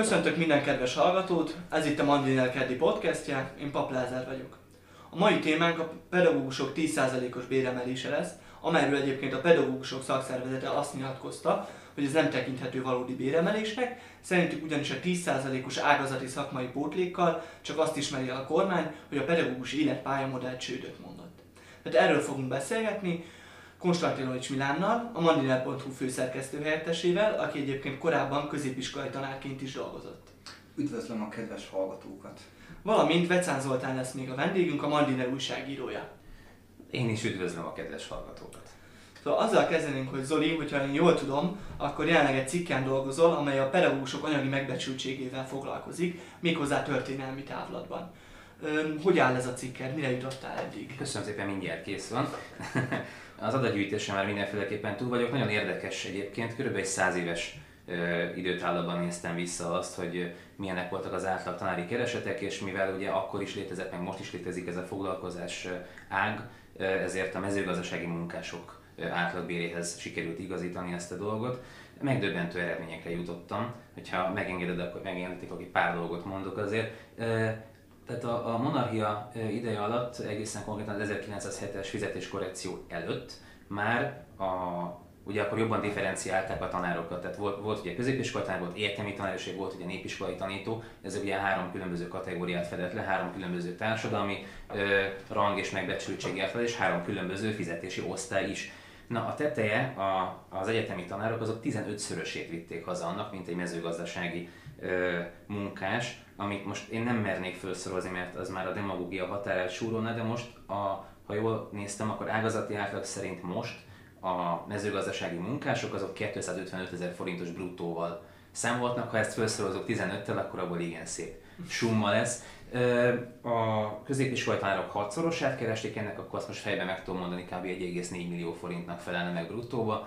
Köszöntök minden kedves hallgatót, ez itt a Mandinel Keddi podcastja, én Pap Lázár vagyok. A mai témánk a pedagógusok 10%-os béremelése lesz, amelyről egyébként a pedagógusok szakszervezete azt nyilatkozta, hogy ez nem tekinthető valódi béremelésnek, szerintük ugyanis a 10%-os ágazati szakmai pótlékkal csak azt ismeri el a kormány, hogy a pedagógusi életpályamodellt csődöt mondott. Tehát erről fogunk beszélgetni Konstantinovics Milánnal, a Mandinel.hu főszerkesztő helyettesével, aki egyébként korábban középiskolai tanárként is dolgozott. Üdvözlöm a kedves hallgatókat! Valamint Vecán Zoltán lesz még a vendégünk, a Mandinel újságírója. Én is üdvözlöm a kedves hallgatókat! Szóval azzal kezdenénk, hogy Zoli, hogyha én jól tudom, akkor jelenleg egy cikken dolgozol, amely a pedagógusok anyagi megbecsültségével foglalkozik, méghozzá történelmi távlatban. Hogy áll ez a cikked? Mire jutottál eddig? Köszönöm szépen, mindjárt kész van. Az adatgyűjtésen már mindenféleképpen túl vagyok. Nagyon érdekes egyébként, körülbelül egy 100 éves időtávlatban néztem vissza azt, hogy milyenek voltak az átlag tanári keresetek, és mivel ugye akkor is létezett, meg most is létezik ez a foglalkozás ág, ezért a mezőgazdasági munkások átlagbéréhez sikerült igazítani ezt a dolgot. Megdöbbentő eredményekre jutottam, hogyha megengeded, akkor megengedhetik, hogy pár dolgot mondok azért. Tehát a monarchia ideje alatt, egészen konkrétan az 1907-es fizetéskorrekció előtt már ugye akkor jobban differenciálták a tanárokat, tehát volt ugye középiskolai tanár, volt egyetemi tanár, és volt ugye népiskolai tanító, ez ugye 3 különböző kategóriát fedett le, 3 különböző társadalmi rang és megbecsültséggel fel, és 3 különböző fizetési osztály is. Na, a teteje, az egyetemi tanárok azok 15-szörösét vitték haza annak, mint egy mezőgazdasági munkás, amit most én nem mernék felszorozni, mert az már a demagógia határát súrolna, de most, ha jól néztem, akkor ágazati átlag szerint most a mezőgazdasági munkások azok 255 000 forintos bruttóval számolhatnak, ha ezt felszorozok 15-tel, akkor abból igen szép summa lesz. A középiskolai tanárok 6-szorosát keresték ennek, akkor azt most fejben meg tudom mondani, kb. 1,4 millió forintnak felelne meg bruttóba.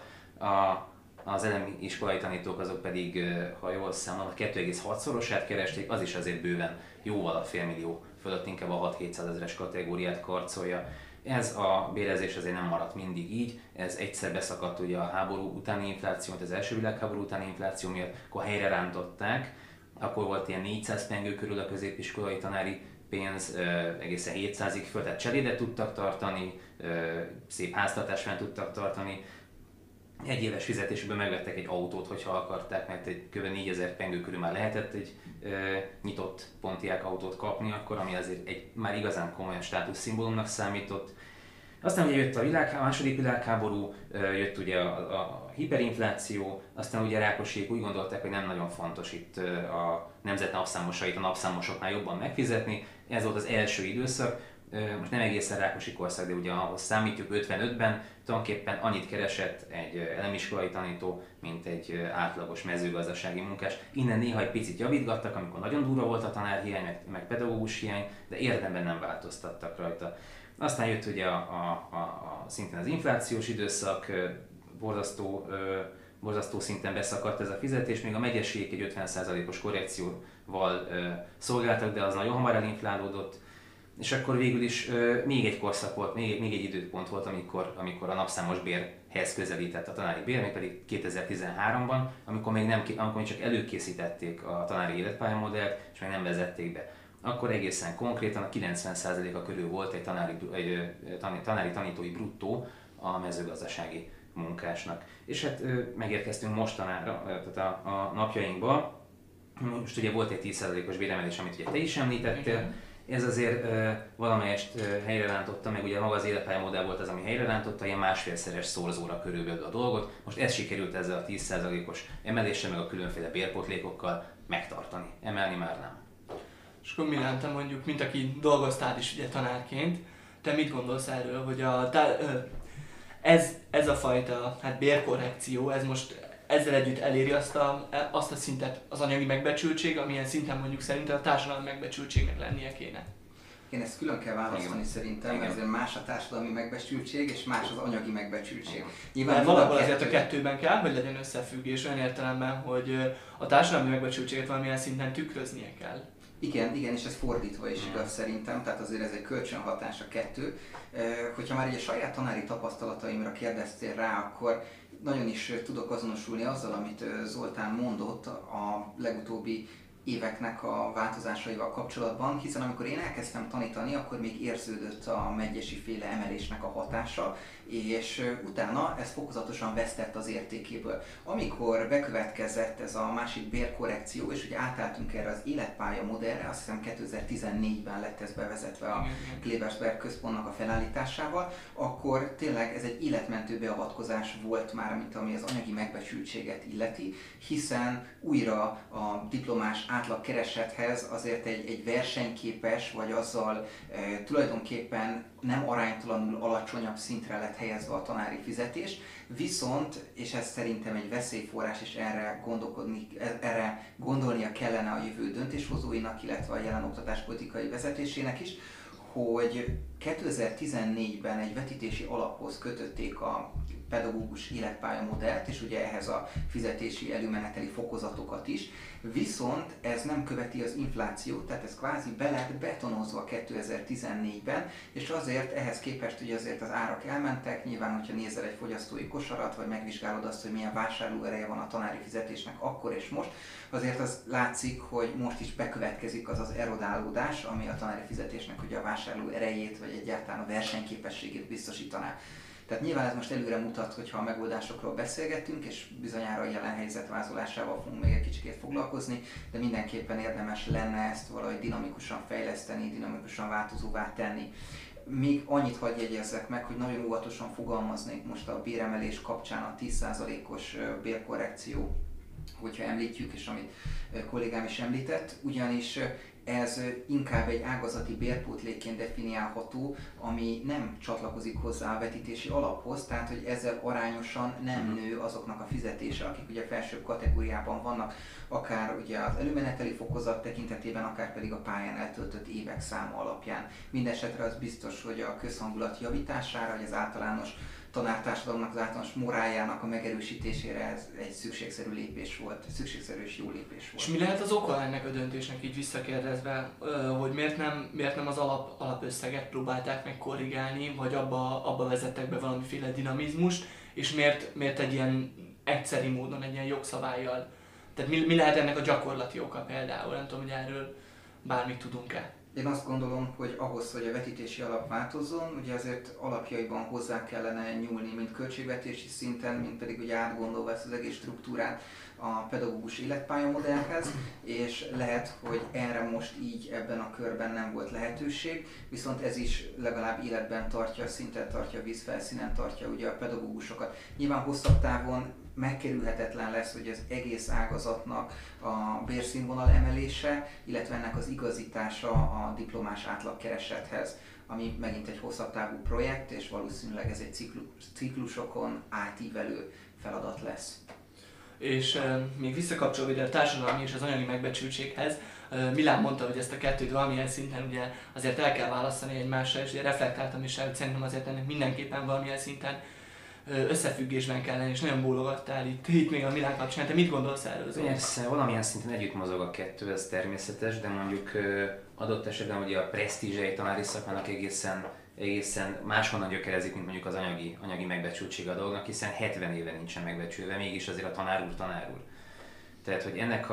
Az elemi iskolai tanítók azok pedig, ha jól számolom, 2,6-szorosát keresték, az is azért bőven jóval a félmillió fölött, inkább a 6-700 000-es kategóriát karcolja. Ez a bérezés azért nem maradt mindig így, ez egyszer beszakadt ugye a háború utáni infláció, az első világháború utáni infláció miatt, akkor helyre rántották, akkor volt ilyen 400 pengő körül a középiskolai tanári pénz, egészen 700-ig föl, tehát cselédet tudtak tartani, szép háztartást fent tudtak tartani. Egy éves fizetésből megvettek egy autót, hogyha akarták, mert egy kb. 4000 pengő körül már lehetett egy nyitott Pontiac autót kapni akkor, ami azért egy már igazán komolyan státuszszimbólumnak számított. Aztán ugye jött a második világháború, jött ugye a hiperinfláció, aztán ugye Rákosék úgy gondolták, hogy nem nagyon fontos itt a nemzet napszámosait a napszámosoknál jobban megfizetni. Ez volt az első időszak. Most nem egészen Rákosi korszak, de ugye ahhoz számítjuk 55-ben, tulajdonképpen annyit keresett egy elemiskolai tanító, mint egy átlagos mezőgazdasági munkás. Innen néha egy picit javítgattak, amikor nagyon durva volt a tanárhiány, meg pedagógus hiány, de érdemben nem változtattak rajta. Aztán jött ugye szintén az inflációs időszak, borzasztó szinten beszakadt ez a fizetés, még a megyességek egy 50%-os korrekcióval szolgáltak, de az nagyon hamar elinflálódott. És akkor végül is még egy korszak volt, még egy időpont volt, amikor a napszámos bérhez közelített a tanári bér, még pedig 2013-ban, amikor még csak előkészítették a tanári életpályamodellt, és még nem vezették be. Akkor egészen konkrétan a 90%-a körül volt egy tanári tanítói bruttó a mezőgazdasági munkásnak. És hát megérkeztünk mostanára, tehát a napjainkba. Most ugye volt egy 10%-os béremelés, amit ugye te is említettél. Ez azért valamelyest helyre rántotta, meg ugye maga az életpályamodell volt az, ami helyre rántotta, ilyen 1,5-szeres szorzóra körülbelül a dolgot. Most ez sikerült ezzel a 10%-os emeléssel, meg a különféle bérpótlékokkal megtartani. Emelni már nem. És akkor Milán, te mondjuk, mint aki dolgoztál is ugye tanárként, te mit gondolsz erről, hogy ez a fajta bérkorrekció, ez most ezzel együtt eléri azt a szintet, az anyagi megbecsültség, amilyen szinten mondjuk szerintem a társadalmi megbecsültségnek lennie kéne? Igen, ezt külön kell választani. Igen. Szerintem, mert azért más a társadalmi megbecsültség és más az anyagi megbecsültség. Nyilván valahol azért a kettőben kell, hogy legyen összefüggés olyan értelemben, hogy a társadalmi megbecsültséget valamilyen szinten tükröznie kell. Igen, és ez fordítva is igaz szerintem, tehát azért ez egy kölcsönhatás a kettő. Hogyha már egy saját tanári tapasztalataimra kérdeztél rá, akkor nagyon is tudok azonosulni azzal, amit Zoltán mondott a legutóbbi éveknek a változásaival kapcsolatban, hiszen amikor én elkezdtem tanítani, akkor még érződött a Medgyessy féle emelésnek a hatása, és utána ez fokozatosan vesztett az értékéből. Amikor bekövetkezett ez a másik bérkorrekció, és ugye átálltunk erre az életpálya modellre, azt hiszem 2014-ben lett ez bevezetve a Klebersberg központnak a felállításával, akkor tényleg ez egy életmentő beavatkozás volt már, mint ami az anyagi megbecsültséget illeti, hiszen újra a diplomás átlagkeresethez azért egy versenyképes, vagy azzal tulajdonképpen nem aránytalanul alacsonyabb szintre lett helyezve a tanári fizetés, viszont, és ez szerintem egy veszélyforrás, és erre gondolnia kellene a jövő döntéshozóinak, illetve a jelen oktatáspolitikai vezetésének is, hogy 2014-ben egy vetítési alaphoz kötötték a pedagógus életpálya modellt, és ugye ehhez a fizetési előmeneteli fokozatokat is, viszont ez nem követi az inflációt, tehát ez kvázi be lett betonozva 2014-ben, és azért ehhez képest ugye azért az árak elmentek, nyilván, hogyha nézel egy fogyasztói kosarat, vagy megvizsgálod azt, hogy milyen vásárlóereje van a tanári fizetésnek akkor és most, azért az látszik, hogy most is bekövetkezik az erodálódás, ami a tanári fizetésnek ugye a vásárló erejét, vagy egyáltalán a versenyképességét biztosítaná. Tehát nyilván ez most előre mutat, hogyha a megoldásokról beszélgettünk, és bizonyára a jelen helyzet vázolásával fogunk még egy kicsit foglalkozni, de mindenképpen érdemes lenne ezt valahogy dinamikusan fejleszteni, dinamikusan változóvá tenni. Még annyit hadd jegyezzek meg, hogy nagyon óvatosan fogalmaznék most a béremelés kapcsán a 10%-os bérkorrekció, hogyha említjük, és amit kollégám is említett, ugyanis ez inkább egy ágazati bérpótlékként definiálható, ami nem csatlakozik hozzá a vetítési alaphoz, tehát hogy ezzel arányosan nem nő azoknak a fizetése, akik ugye felsőbb kategóriában vannak, akár ugye az előmeneteli fokozat tekintetében, akár pedig a pályán eltöltött évek száma alapján. Mindenesetre az biztos, hogy a közhangulat javítására, vagy az általános tanártársadalomnak, az általános moráljának a megerősítésére ez egy szükségszerű lépés volt, szükségszerű és jó lépés volt. És mi lehet az oka ennek a döntésnek így visszakérdezve, hogy miért nem az alapösszeget próbálták meg korrigálni, vagy abba vezettek be valamiféle dinamizmust, és miért egy ilyen egyszeri módon, egy ilyen jogszabállyal? Tehát mi lehet ennek a gyakorlati oka például? Nem tudom, hogy erről bármit tudunk-e? Én azt gondolom, hogy ahhoz, hogy a vetítési alap változzon, ugye azért alapjaiban hozzá kellene nyúlni, mint költségvetési szinten, mint pedig ugye átgondolva ezt az egész struktúrát a pedagógus életpálya modellhez, és lehet, hogy erre most így ebben a körben nem volt lehetőség, viszont ez is legalább életben tartja, szinten tartja, vízfelszínen tartja ugye a pedagógusokat. Nyilván hosszabb távon megkerülhetetlen lesz, hogy az egész ágazatnak a bérszínvonal emelése, illetve ennek az igazítása a diplomás átlagkeresethez, ami megint egy hosszabb távú projekt, és valószínűleg ez egy ciklusokon átívelő feladat lesz. És még visszakapcsolva ide a társadalmi és az anyagi megbecsültséghez, Milán mondta, hogy ezt a kettőt valamilyen szinten ugye azért el kell választani egymásra, és ugye reflektáltam is rá, hogy szerintem azért ennek mindenképpen valamilyen szinten összefüggésben kell lenni, és nagyon bólogattál itt még a Milán kapcsán. Te mit gondolsz erről? Persze, valamilyen szinten együtt mozog a kettő, ez természetes, de mondjuk adott esetben ugye a presztízse egy tanári szakmának egészen máshonnan gyökerezik, mint mondjuk az anyagi megbecsültsége a dolgnak, hiszen 70 éve nincsen megbecsülve, mégis azért a tanár úr. Tehát, hogy ennek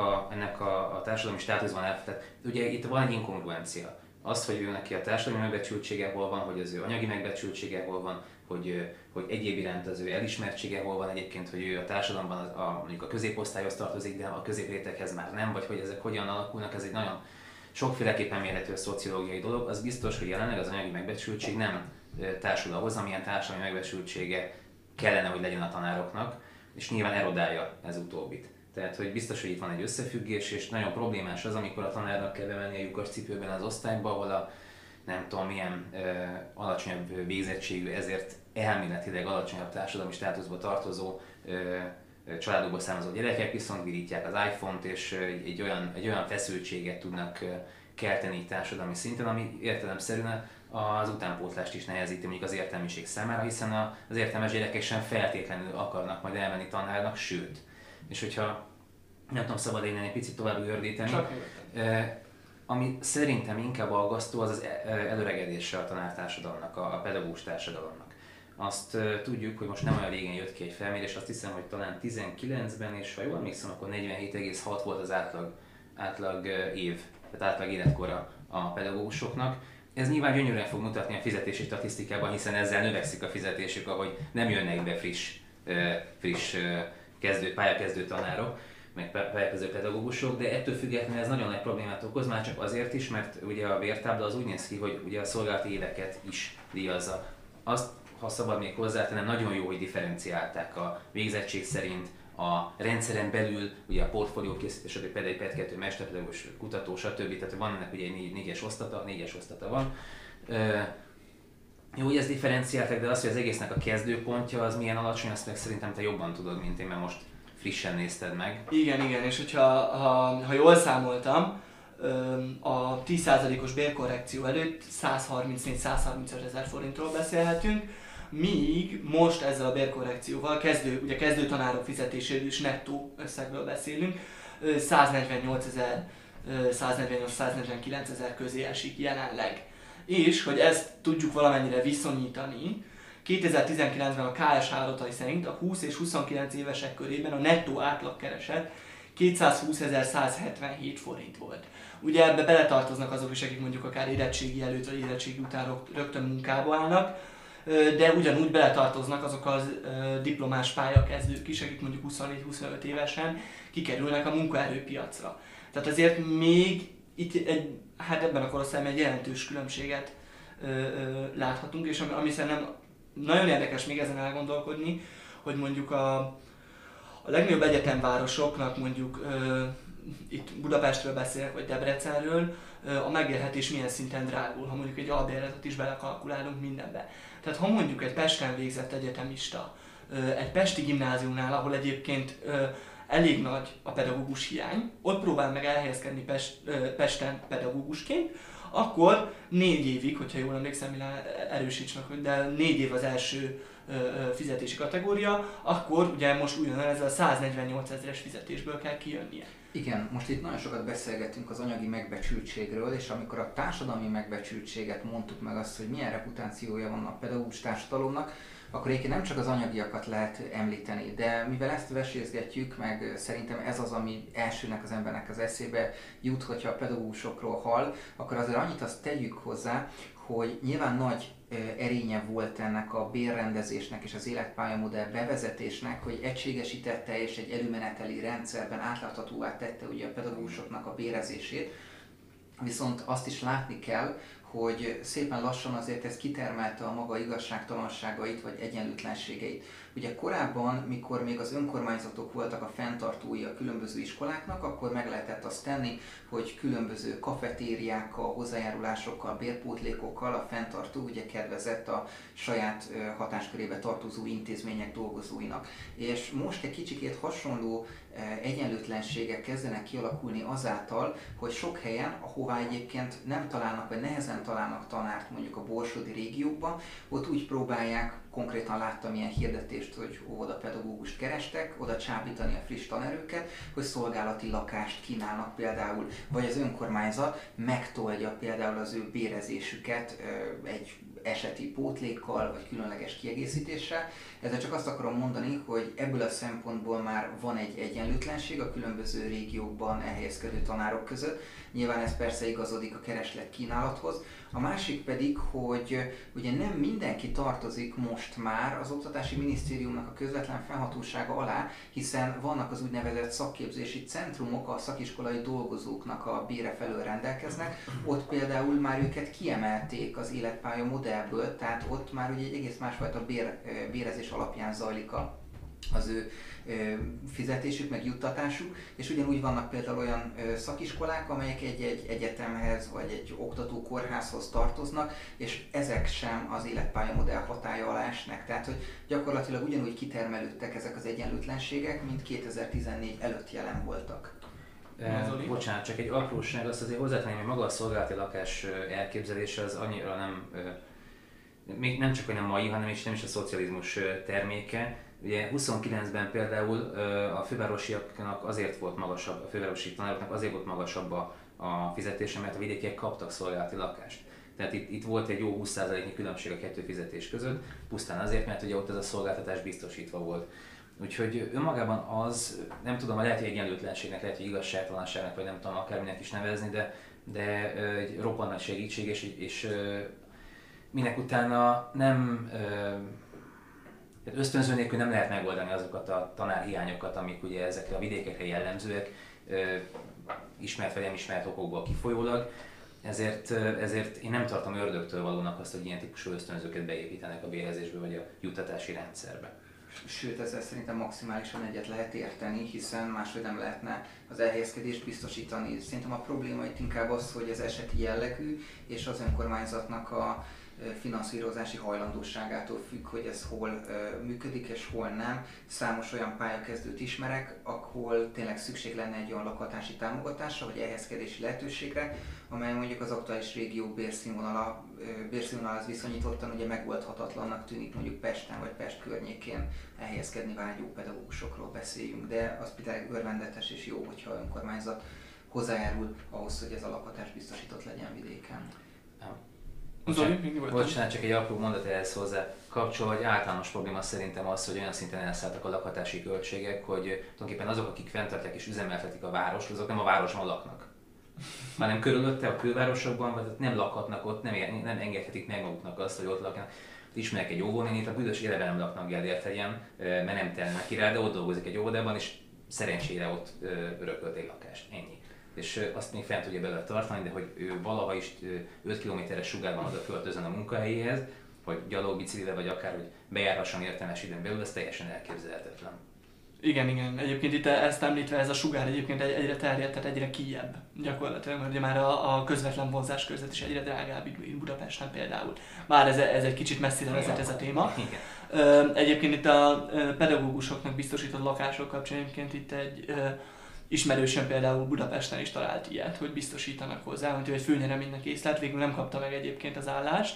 a társadalmi státuszban tehát ugye itt van egy inkongruencia. Az, hogy ő neki a társadalmi megbecsültsége hol van, hogy az ő anyagi megbecsültsége hol van, hogy egyéb iránt az ő elismertsége hol van egyébként, hogy ő a társadalomban mondjuk a középosztályhoz tartozik, de a középréteghez már nem, vagy hogy ezek hogyan alakulnak, ez egy nagyon sokféleképpen mérhető szociológiai dolog. Az biztos, hogy jelenleg az anyagi megbecsültség nem társul ahhoz, amilyen társadalmi megbecsültsége kellene, hogy legyen a tanároknak, és nyilván erodálja ez utóbbit. Tehát, hogy biztos, hogy itt van egy összefüggés, és nagyon problémás az, amikor a tanárnak kell bemenni a lyukas cipőben az osztályba, ahol a nem tudom milyen alacsonyabb végzettségű, ezért elméletileg alacsonyabb társadalmi státuszba tartozó családokból származó gyerekek viszont virítják az iPhone-t, és egy olyan feszültséget tudnak kelteni társadalmi szinten, ami értelemszerűen az utánpótlást is nehezíti mondjuk az értelmiség számára, hiszen az értelmes gyerekek sem feltétlenül akarnak majd elmenni tanárnak, sőt. És hogyha nem tudom, szabad innen egy picit tovább gördíteni, ami szerintem inkább aggasztó, az előregedése a tanártársadalomnak, a pedagógus társadalomnak. Azt tudjuk, hogy most nem olyan régen jött ki egy felmérés, azt hiszem, hogy talán 19-ben, és ha jól emlékszem, akkor 47,6 volt az átlag év, tehát átlag életkora a pedagógusoknak. Ez nyilván gyönyörűen fog mutatni a fizetési statisztikában, hiszen ezzel növekszik a fizetésük, ahogy nem jönnek be friss pályakezdő tanárok, meg pályakezdő pedagógusok, de ettől függetlenül ez nagyon nagy problémát okoz, már csak azért is, mert ugye a vértábla az úgy néz ki, hogy ugye a szolgálati éveket is díjazza. Azt, ha szabad még hozzátennem, nagyon jó, hogy differenciálták a végzettség szerint, a rendszeren belül, ugye a portfólió készítés, például egy PET 2 mesterpedagógus, kutató, stb. Tehát van ennek ugye egy négyes osztata van. Jó, hogy ezt differenciálták, de az, hogy az egésznek a kezdőpontja az milyen alacsony, azt meg szerintem te jobban tudod, mint én, mert most frissen nézted meg. Igen, és hogyha ha jól számoltam, a 10%-os bérkorrekció előtt 134-135 ezer forintról beszélhetünk, míg most ezzel a bérkorrekcióval kezdő tanárok fizetéséről is nettó összegről beszélünk, 148-149 ezer közé esik jelenleg. És hogy ezt tudjuk valamennyire viszonyítani, 2019-ben a KSH adatai szerint a 20 és 29 évesek körében a nettó átlagkereset 220.177 forint volt. Ugye ebbe beletartoznak azok is, akik mondjuk akár érettségi előtt vagy érettségi után rögtön munkába állnak, de ugyanúgy beletartoznak azok az diplomás pályakezdők is, akik mondjuk 24-25 évesen kikerülnek a munkaerőpiacra. Tehát azért még itt ebben a korosztályban egy jelentős különbséget láthatunk, és ami szerintem nagyon érdekes még ezen elgondolkodni, hogy mondjuk a legnagyobb egyetemvárosoknak, mondjuk itt Budapestről beszélek, vagy Debrecenről, a megélhetés milyen szinten drágul, ha mondjuk egy albérletet is belekalkulálunk mindenbe. Tehát ha mondjuk egy Pesten végzett egyetemista, egy pesti gimnáziumnál, ahol egyébként elég nagy a pedagógus hiány, ott próbál meg elhelyezkedni Pesten pedagógusként, akkor 4 évig, hogyha jól emlékszem, erősíts meg, de 4 év az első fizetési kategória, akkor ugye most ugyanezzel a 148 ezeres fizetésből kell kijönnie. Igen, most itt nagyon sokat beszélgettünk az anyagi megbecsültségről, és amikor a társadalmi megbecsültséget mondtuk meg azt, hogy milyen reputációja van a pedagógus társadalomnak, akkor egyébként nem csak az anyagiakat lehet említeni, de mivel ezt vesézgetjük, meg szerintem ez az, ami elsőnek az embernek az eszébe jut, hogyha a pedagógusokról hall, akkor azért annyit azt tegyük hozzá, hogy nyilván nagy erénye volt ennek a bérrendezésnek és az életpályamodell bevezetésnek, hogy egységesítette és egy előmeneteli rendszerben átláthatóvá tette ugye a pedagógusoknak a bérezését. Viszont azt is látni kell, hogy szépen lassan azért ez kitermelte a maga igazságtalanságait vagy egyenlőtlenségeit. Ugye korábban, mikor még az önkormányzatok voltak a fenntartói a különböző iskoláknak, akkor meg lehetett azt tenni, hogy különböző kafetériákkal, hozzájárulásokkal, bérpótlékokkal a fenntartó ugye kedvezett a saját hatáskörébe tartozó intézmények dolgozóinak. És most egy kicsikét hasonló egyenlőtlenségek kezdenek kialakulni azáltal, hogy sok helyen, ahová egyébként nem találnak, vagy nehezen találnak tanárt mondjuk a borsodi régiókban, ott úgy próbálják, konkrétan láttam ilyen hirdetést, hogy óvodapedagógust kerestek, oda csábítani a friss tanerőket, hogy szolgálati lakást kínálnak például, vagy az önkormányzat megtolja például az ő bérezésüket egy eseti pótlékkal, vagy különleges kiegészítéssel. Ezzel csak azt akarom mondani, hogy ebből a szempontból már van egy egyenlőtlenség a különböző régiókban elhelyezkedő tanárok között. Nyilván ez persze igazodik a kereslet kínálathoz. A másik pedig, hogy ugye nem mindenki tartozik most már az Oktatási Minisztériumnak a közvetlen fennhatósága alá, hiszen vannak az úgynevezett szakképzési centrumok, a szakiskolai dolgozóknak a bére felől rendelkeznek. Ott például már őket kiemelték az életpálya modellből, tehát ott már ugye egy egész másfajta bérezés alapján zajlik az ő fizetésük, meg juttatásuk, és ugyanúgy vannak például olyan szakiskolák, amelyek egy egyetemhez vagy egy oktatókórházhoz tartoznak, és ezek sem az életpályamodell hatálya alá esnek. Tehát, hogy gyakorlatilag ugyanúgy kitermelődtek ezek az egyenlőtlenségek, mint 2014 előtt jelen voltak. Bocsánat, csak egy apróság, azt azért hozzátenném, hogy maga a szolgálati lakás elképzelése az annyira még nem csak hogy nem mai, hanem nem is a szocializmus terméke. Ugye 29-ben például a fővárosiaknak azért volt magasabb, a fővárosi tanároknak azért volt magasabb a fizetése, mert a vidékiek kaptak szolgálati lakást. Tehát itt volt egy jó 20%-nyi különbség a kettő fizetés között, pusztán azért, mert ugye ott ez a szolgáltatás biztosítva volt. Úgyhogy önmagában az, nem tudom, lehet, hogy egyenlőtlenségnek, lehet, hogy igazságtalanságnak, vagy nem tudom, akárminek is nevezni, de egy roppant nagy segítség, és minek utána nem, ösztönző nélkül nem lehet megoldani azokat a tanárhiányokat, amik ugye ezekre a vidékekre jellemzőek, ismert vagy nem ismert okokból kifolyólag. Ezért én nem tartom ördögtől valónak azt, hogy ilyen típusú ösztönzőket beépítenek a bérezésbe vagy a juttatási rendszerbe. Sőt, ezzel szerintem maximálisan egyet lehet érteni, hiszen máshogy nem lehetne az elhelyezkedést biztosítani. Szerintem a probléma itt inkább az, hogy ez eseti jellegű, és az önkormányzatnak a finanszírozási hajlandóságától függ, hogy ez hol működik és hol nem. Számos olyan pályakezdőt ismerek, ahol tényleg szükség lenne egy olyan lakhatási támogatásra vagy elhelyezkedési lehetőségre, amely mondjuk az aktuális régió bérszínvonalához viszonyítottan ugye megoldhatatlannak tűnik, mondjuk Pesten vagy Pest környékén elhelyezkedni vágyó pedagógusokról beszéljünk, de az például örvendetes és jó, hogyha önkormányzat hozzájárul ahhoz, hogy ez a lakhatás biztosított legyen vidéken. Bocsánat, csak egy apró mondat ehhez hozzá kapcsolva, hogy általános probléma szerintem az, hogy olyan szinten elszálltak a lakhatási költségek, hogy tulajdonképpen azok, akik fenntartják és üzemeltetik a várost, azok nem a városban laknak, hanem körülötte a külvárosokban, vagy nem lakhatnak ott, nem engedhetik meg maguknak azt, hogy ott laknak. Ismerek egy óvónénit, a büdös éleben nem laknak Gellérthegyen, mert nem telne neki rá, de ott dolgozik egy óvodában, és szerencsére ott örökölt egy lakást. Ennyi. És azt még fent tudja belőle tartani, de hogy ő valaha is 5 kilométeres sugárban oda költözön a munkahelyéhez, hogy gyalog, biciklivel vagy akár, hogy bejárhasson értelmes időn belül, ez teljesen elképzelhetetlen. Igen. Egyébként itt ezt említve, ez a sugár egyébként egyre terjedt, tehát egyre kijebb gyakorlatilag, mert ugye már a közvetlen vonzás között is egyre drágább itt Budapesten például. Már ez egy kicsit messzire vezet ez a téma. Egyébként itt a pedagógusoknak biztosított lakások kapcsán egyébként itt egy ismerősen például Budapesten is talált ilyet, hogy biztosítanak hozzá, hogy egy főnyereménynek észlelt, végül nem kapta meg egyébként az állást,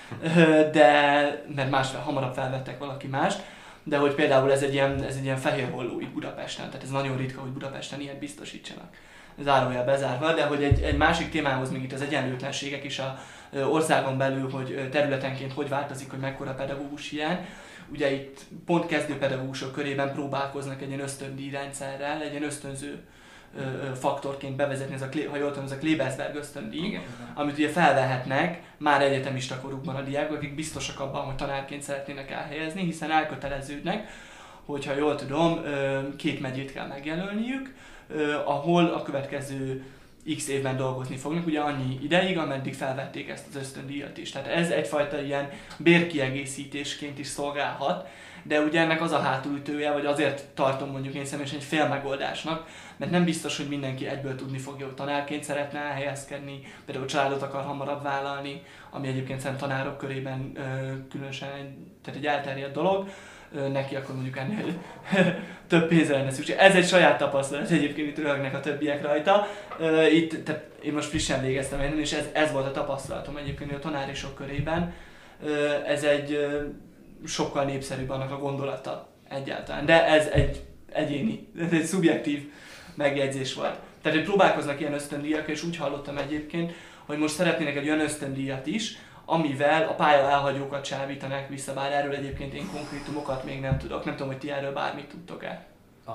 de mert hamarabb felvettek valaki mást, de hogy például ez egy ilyen fehér holló itt Budapesten, tehát ez nagyon ritka, hogy Budapesten ilyet biztosítsanak. Zárójel bezárva, de hogy egy másik témához még itt az egyenlőtlenségek is a országon belül, hogy területenként hogy változik, hogy mekkora pedagógus hiány. Ugye itt pont kezdőpedagógusok körében próbálkoznak egy ilyen ösztöndíjrendszerrel, egy ilyen ösztönző faktorként bevezetni, ha jól tudom, ez a Klebersberg ösztöndíj, Igen. amit ugye felvehetnek már egyetemista korukban a diákok, akik biztosak abban, hogy tanárként szeretnének elhelyezni, hiszen elköteleződnek, hogyha jól tudom, 2 megyét kell megjelölniük, ahol a következő X évben dolgozni fognak, ugye annyi ideig, ameddig felvették ezt az ösztöndíjat is. Tehát ez egyfajta ilyen bérkiegészítésként is szolgálhat, de ugye ennek az a hátulütője, vagy azért tartom mondjuk én személyesen egy fél megoldásnak, mert nem biztos, hogy mindenki egyből tudni fogja, hogy tanárként szeretne elhelyezkedni, például családot akar hamarabb vállalni, ami egyébként szerintem tanárok körében különösen egy elterjedt dolog, neki akkor mondjuk ennél több pénzre lenne szükség. Ez egy saját tapasztalat, egyébként itt röhögnek a többiek rajta. Tehát én most frissen végeztem én, és ez volt a tapasztalatom egyébként a tanárisok körében. Ez egy sokkal népszerűbb annak a gondolata egyáltalán, de ez egy egyéni, ez egy szubjektív megjegyzés volt. Tehát, hogy próbálkoznak ilyen ösztöndíjak, és úgy hallottam egyébként, hogy most szeretnének egy olyan ösztöndíjat is, amivel a pálya elhagyókat csábítanák vissza, bár erről egyébként én konkrétumokat még nem tudok. Nem tudom, hogy ti erről bármit tudtok-e.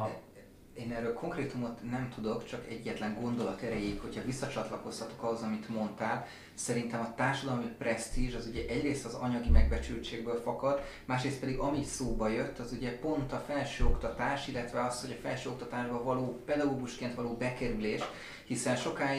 Én erről konkrétumot nem tudok, csak egyetlen gondolat erejéig, hogyha visszacsatlakoztatok ahhoz, amit mondtál, szerintem a társadalmi presztízs az ugye egyrészt az anyagi megbecsültségből fakad, másrészt pedig ami szóba jött, az ugye pont a felsőoktatás, illetve az, hogy a felsőoktatásba való pedagógusként való bekerülés, hiszen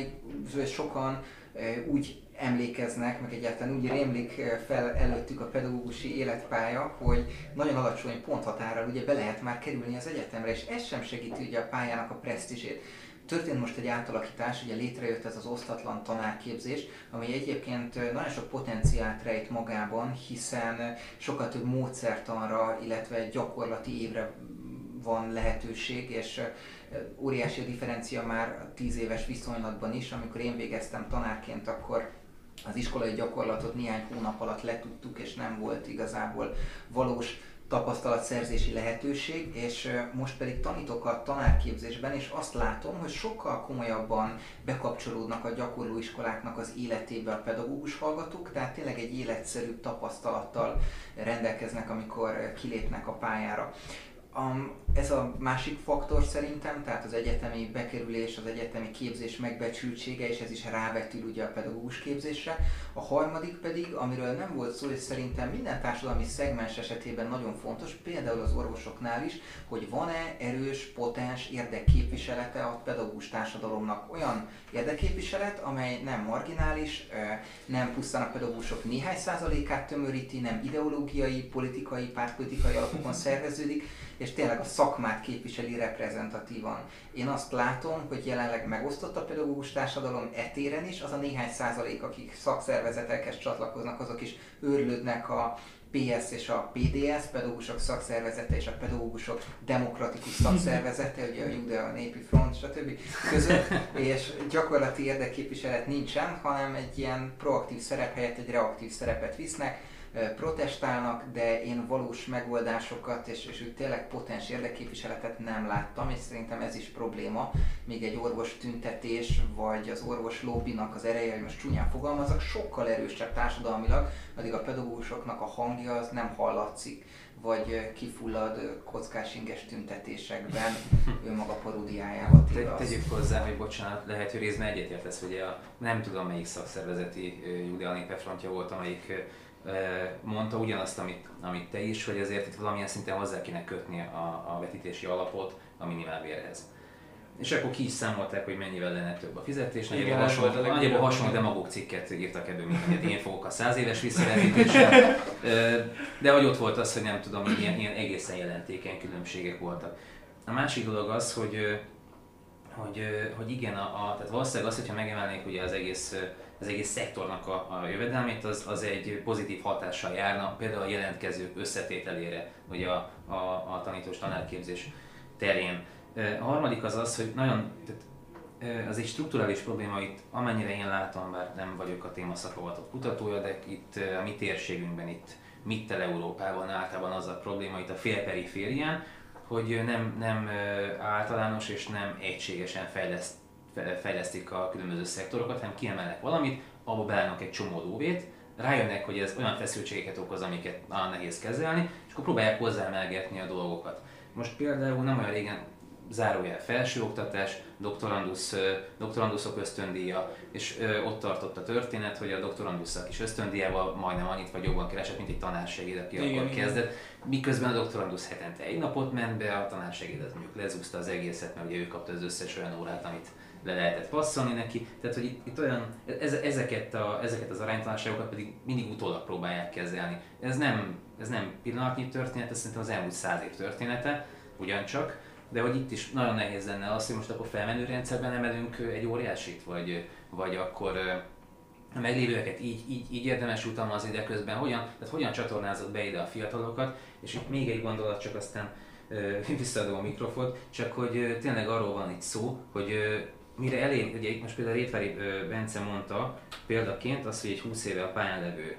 sokan úgy emlékeznek, meg egyáltalán úgy rémlik fel előttük a pedagógusi életpálya, hogy nagyon alacsony ponthatárral ugye be lehet már kerülni az egyetemre, és ez sem segíti ugye a pályának a presztízsét. Történt most egy átalakítás, ugye létrejött ez az osztatlan tanárképzés, ami egyébként nagyon sok potenciált rejt magában, hiszen sokkal több módszertanra, illetve gyakorlati évre van lehetőség, és óriási a differencia már a 10 éves viszonylatban is. Amikor én végeztem tanárként, akkor az iskolai gyakorlatot néhány hónap alatt letudtuk, és nem volt igazából valós tapasztalatszerzési lehetőség, és most pedig tanítok a tanárképzésben, és azt látom, hogy sokkal komolyabban bekapcsolódnak a gyakorlóiskoláknak az életébe a pedagógus hallgatók, tehát tényleg egy életszerű tapasztalattal rendelkeznek, amikor kilépnek a pályára. Ez a másik faktor szerintem, tehát az egyetemi bekerülés, az egyetemi képzés megbecsültsége, és ez is rávetül ugye a pedagógus képzésre. A harmadik pedig, amiről nem volt szó, és szerintem minden társadalmi szegmens esetében nagyon fontos, például az orvosoknál is, hogy van-e erős, potens érdekképviselete a pedagógus társadalomnak. Olyan érdekképviselet, amely nem marginális, nem pusztán a pedagógusok néhány százalékát tömöríti, nem ideológiai, politikai, pártpolitikai alapokon szerveződik, és tényleg a szakmát képviseli reprezentatívan. Én azt látom, hogy jelenleg megosztott a pedagógus társadalom etéren is, az a néhány százalék, akik szakszervezetekhez csatlakoznak, azok is őrlődnek a PS és a PDS, pedagógusok szakszervezete és a pedagógusok demokratikus szakszervezete, ugye a Judea Népi Front, stb. Között, és gyakorlati érdekképviselet nincsen, hanem egy ilyen proaktív szerep helyett egy reaktív szerepet visznek, protestálnak, de én valós megoldásokat és úgy tényleg potens érdekképviseletet nem láttam, és szerintem ez is probléma. Még egy orvos tüntetés, vagy az orvos lobbinak az ereje, hogy most csúnyán fogalmazok, sokkal erősebb társadalmilag, addig a pedagógusoknak a hangja az nem hallatszik, vagy kifullad kockás inges tüntetésekben önmaga paródiájával. Tegyük hozzá, hogy bocsánat, lehet, hogy részben egyetértesz, hogy nem tudom melyik szakszervezeti Judea Népi Frontja volt, amelyik mondta ugyanazt, amit te is, hogy azért itt valamilyen szinten hozzá kéne kötni a vetítési alapot a minimálbérhez. És akkor ki is számolták, hogy mennyivel lenne több a fizetés, nagyjából hasonló demagóg cikket írtak ebből, mint amit én fogok a 100 éves visszavetítéssel. De hogy ott volt az, hogy nem tudom, ilyen egészen jelentékeny különbségek voltak. A másik dolog az, hogy igen, tehát valószínűleg az, hogyha megemelnék ugye az egész szektornak a jövedelmét, az egy pozitív hatással járna, például a jelentkezők összetételére, ugye a tanítós tanárképzés terén. A harmadik az, hogy az egy strukturális probléma itt, amennyire én látom, bár nem vagyok a téma szakavatott kutatója, de itt a mi térségünkben, itt Mittel-Európában általában az a probléma itt a félperiférián, hogy nem általános és nem egységesen fejlesztik a különböző szektorokat, hanem kiemelnek valamit, abba beállnak egy csomó lóvét, rájönnek, hogy ez olyan feszültségeket okoz, amiket nagyon nehéz kezelni, és akkor próbálják hozzáemelgetni a dolgokat. Most például nem olyan régen zárójel felsőoktatás, doktoranduszok ösztöndíja, és ott tartott a történet, hogy a doktoranduszok is ösztöndíjával majdnem annyit vagy jobban keresett, mint egy tanársegéd, aki akkor kezdett. Miközben a doktorandusz hetente egy napot ment be, a tanársegéd az mondjuk lezúzta az egészet, mert ugye ő kapta az összes olyan órát, amit le lehetett passzolni neki. Tehát, hogy itt olyan, ezeket az aránytalanságokat pedig mindig utólag próbálják kezelni. Ez nem pillanatnyi történet, ez szerintem az elmúlt 100 év története, ugyancsak. De hogy itt is nagyon nehéz lenne az, hogy most akkor felmenő rendszerben emelünk egy óriásit, vagy akkor a meglévőeket így érdemes jutalmazni, de közben hogyan csatornázott be ide a fiatalokat, és itt még egy gondolat, csak aztán visszaadom a mikrofont, csak hogy tényleg arról van itt szó, hogy mire elég, ugye itt most például Rétvári Bence mondta példaként azt, hogy egy 20 éve a pályán levő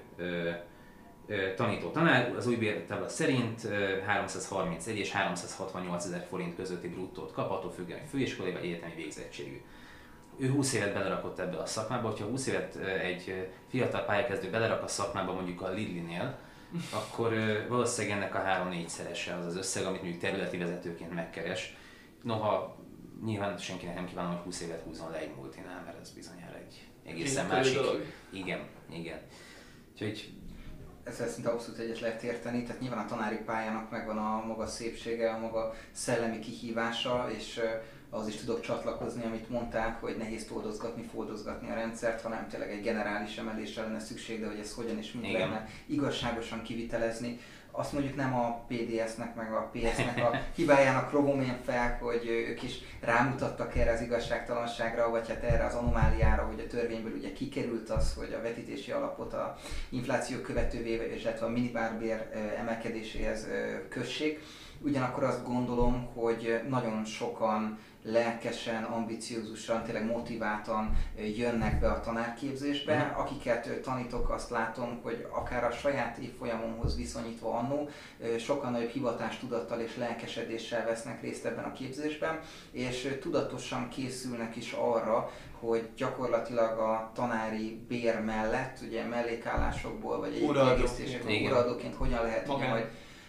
tanító tanár az új bértábla szerint 331 és 368 000 forint közötti bruttót kap, attól függően, hogy főiskolai vagy egyetemi végzettségű. Ő 20 évet belerakott ebbe a szakmába, hogyha 20 évet egy fiatal pályakezdő belerak a szakmába, mondjuk a Lidlinél, akkor valószínűleg ennek a 3-4-szerese az összeg, amit mondjuk területi vezetőként megkeres. Noha nyilván senkinek nem kívánom, hogy 20 évet húzzon le egy multinál, mert ez bizonyára egy egészen másik. Igen. Úgyhogy ezzel szinte abszolút egyet lehet érteni, tehát nyilván a tanári pályának megvan a maga szépsége, a maga szellemi kihívása, és ahhoz is tudok csatlakozni, amit mondták, hogy nehéz foldozgatni a rendszert, hanem tényleg egy generális emelésre lenne szükség, de hogy ez hogyan és mit lehetne igazságosan kivitelezni. Azt mondjuk nem a PDS-nek meg a PS-nek a hibájának rovom én fel, hogy ők is rámutattak erre az igazságtalanságra, vagy hát erre az anomáliára, hogy a törvényből ugye kikerült az, hogy a vetítési alapot a infláció követővé, illetve a minimálbér emelkedéséhez kössék. Ugyanakkor azt gondolom, hogy nagyon sokan lelkesen, ambiciózusan, tényleg motiváltan jönnek be a tanárképzésbe. Akiket tanítok, azt látom, hogy akár a saját évfolyamomhoz viszonyítva annó, sokkal nagyobb hivatástudattal és lelkesedéssel vesznek részt ebben a képzésben, és tudatosan készülnek is arra, hogy gyakorlatilag a tanári bér mellett, ugye mellékállásokból, vagy egy egészítéséből óraadóként hogyan lehet ugye majd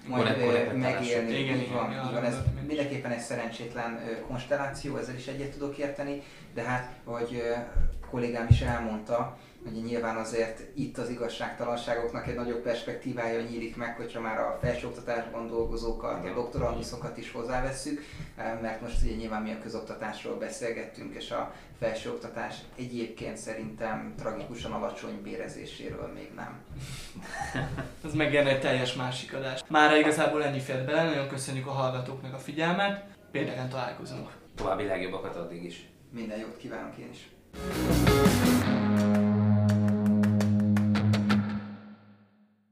majd megélni. Igen, így van. Ez mindenképpen egy szerencsétlen konstelláció, ezzel is egyet tudok érteni, de hát, ahogy kollégám is elmondta, hogy nyilván azért itt az igazságtalanságoknak egy nagyobb perspektívája nyílik meg, hogyha már a felsőoktatásban dolgozókat, a doktoranduszokat is hozzávesszük, mert most ugye nyilván mi a közoktatásról beszélgettünk, és a felsőoktatás egyébként szerintem tragikusan alacsony bérezéséről még nem. Ez megjelent egy teljes másik adás. Mára igazából ennyi fért bele, nagyon köszönjük a hallgatóknak a figyelmet, pénteken találkozunk. További legjobbakat addig is. Minden jót kívánok én is.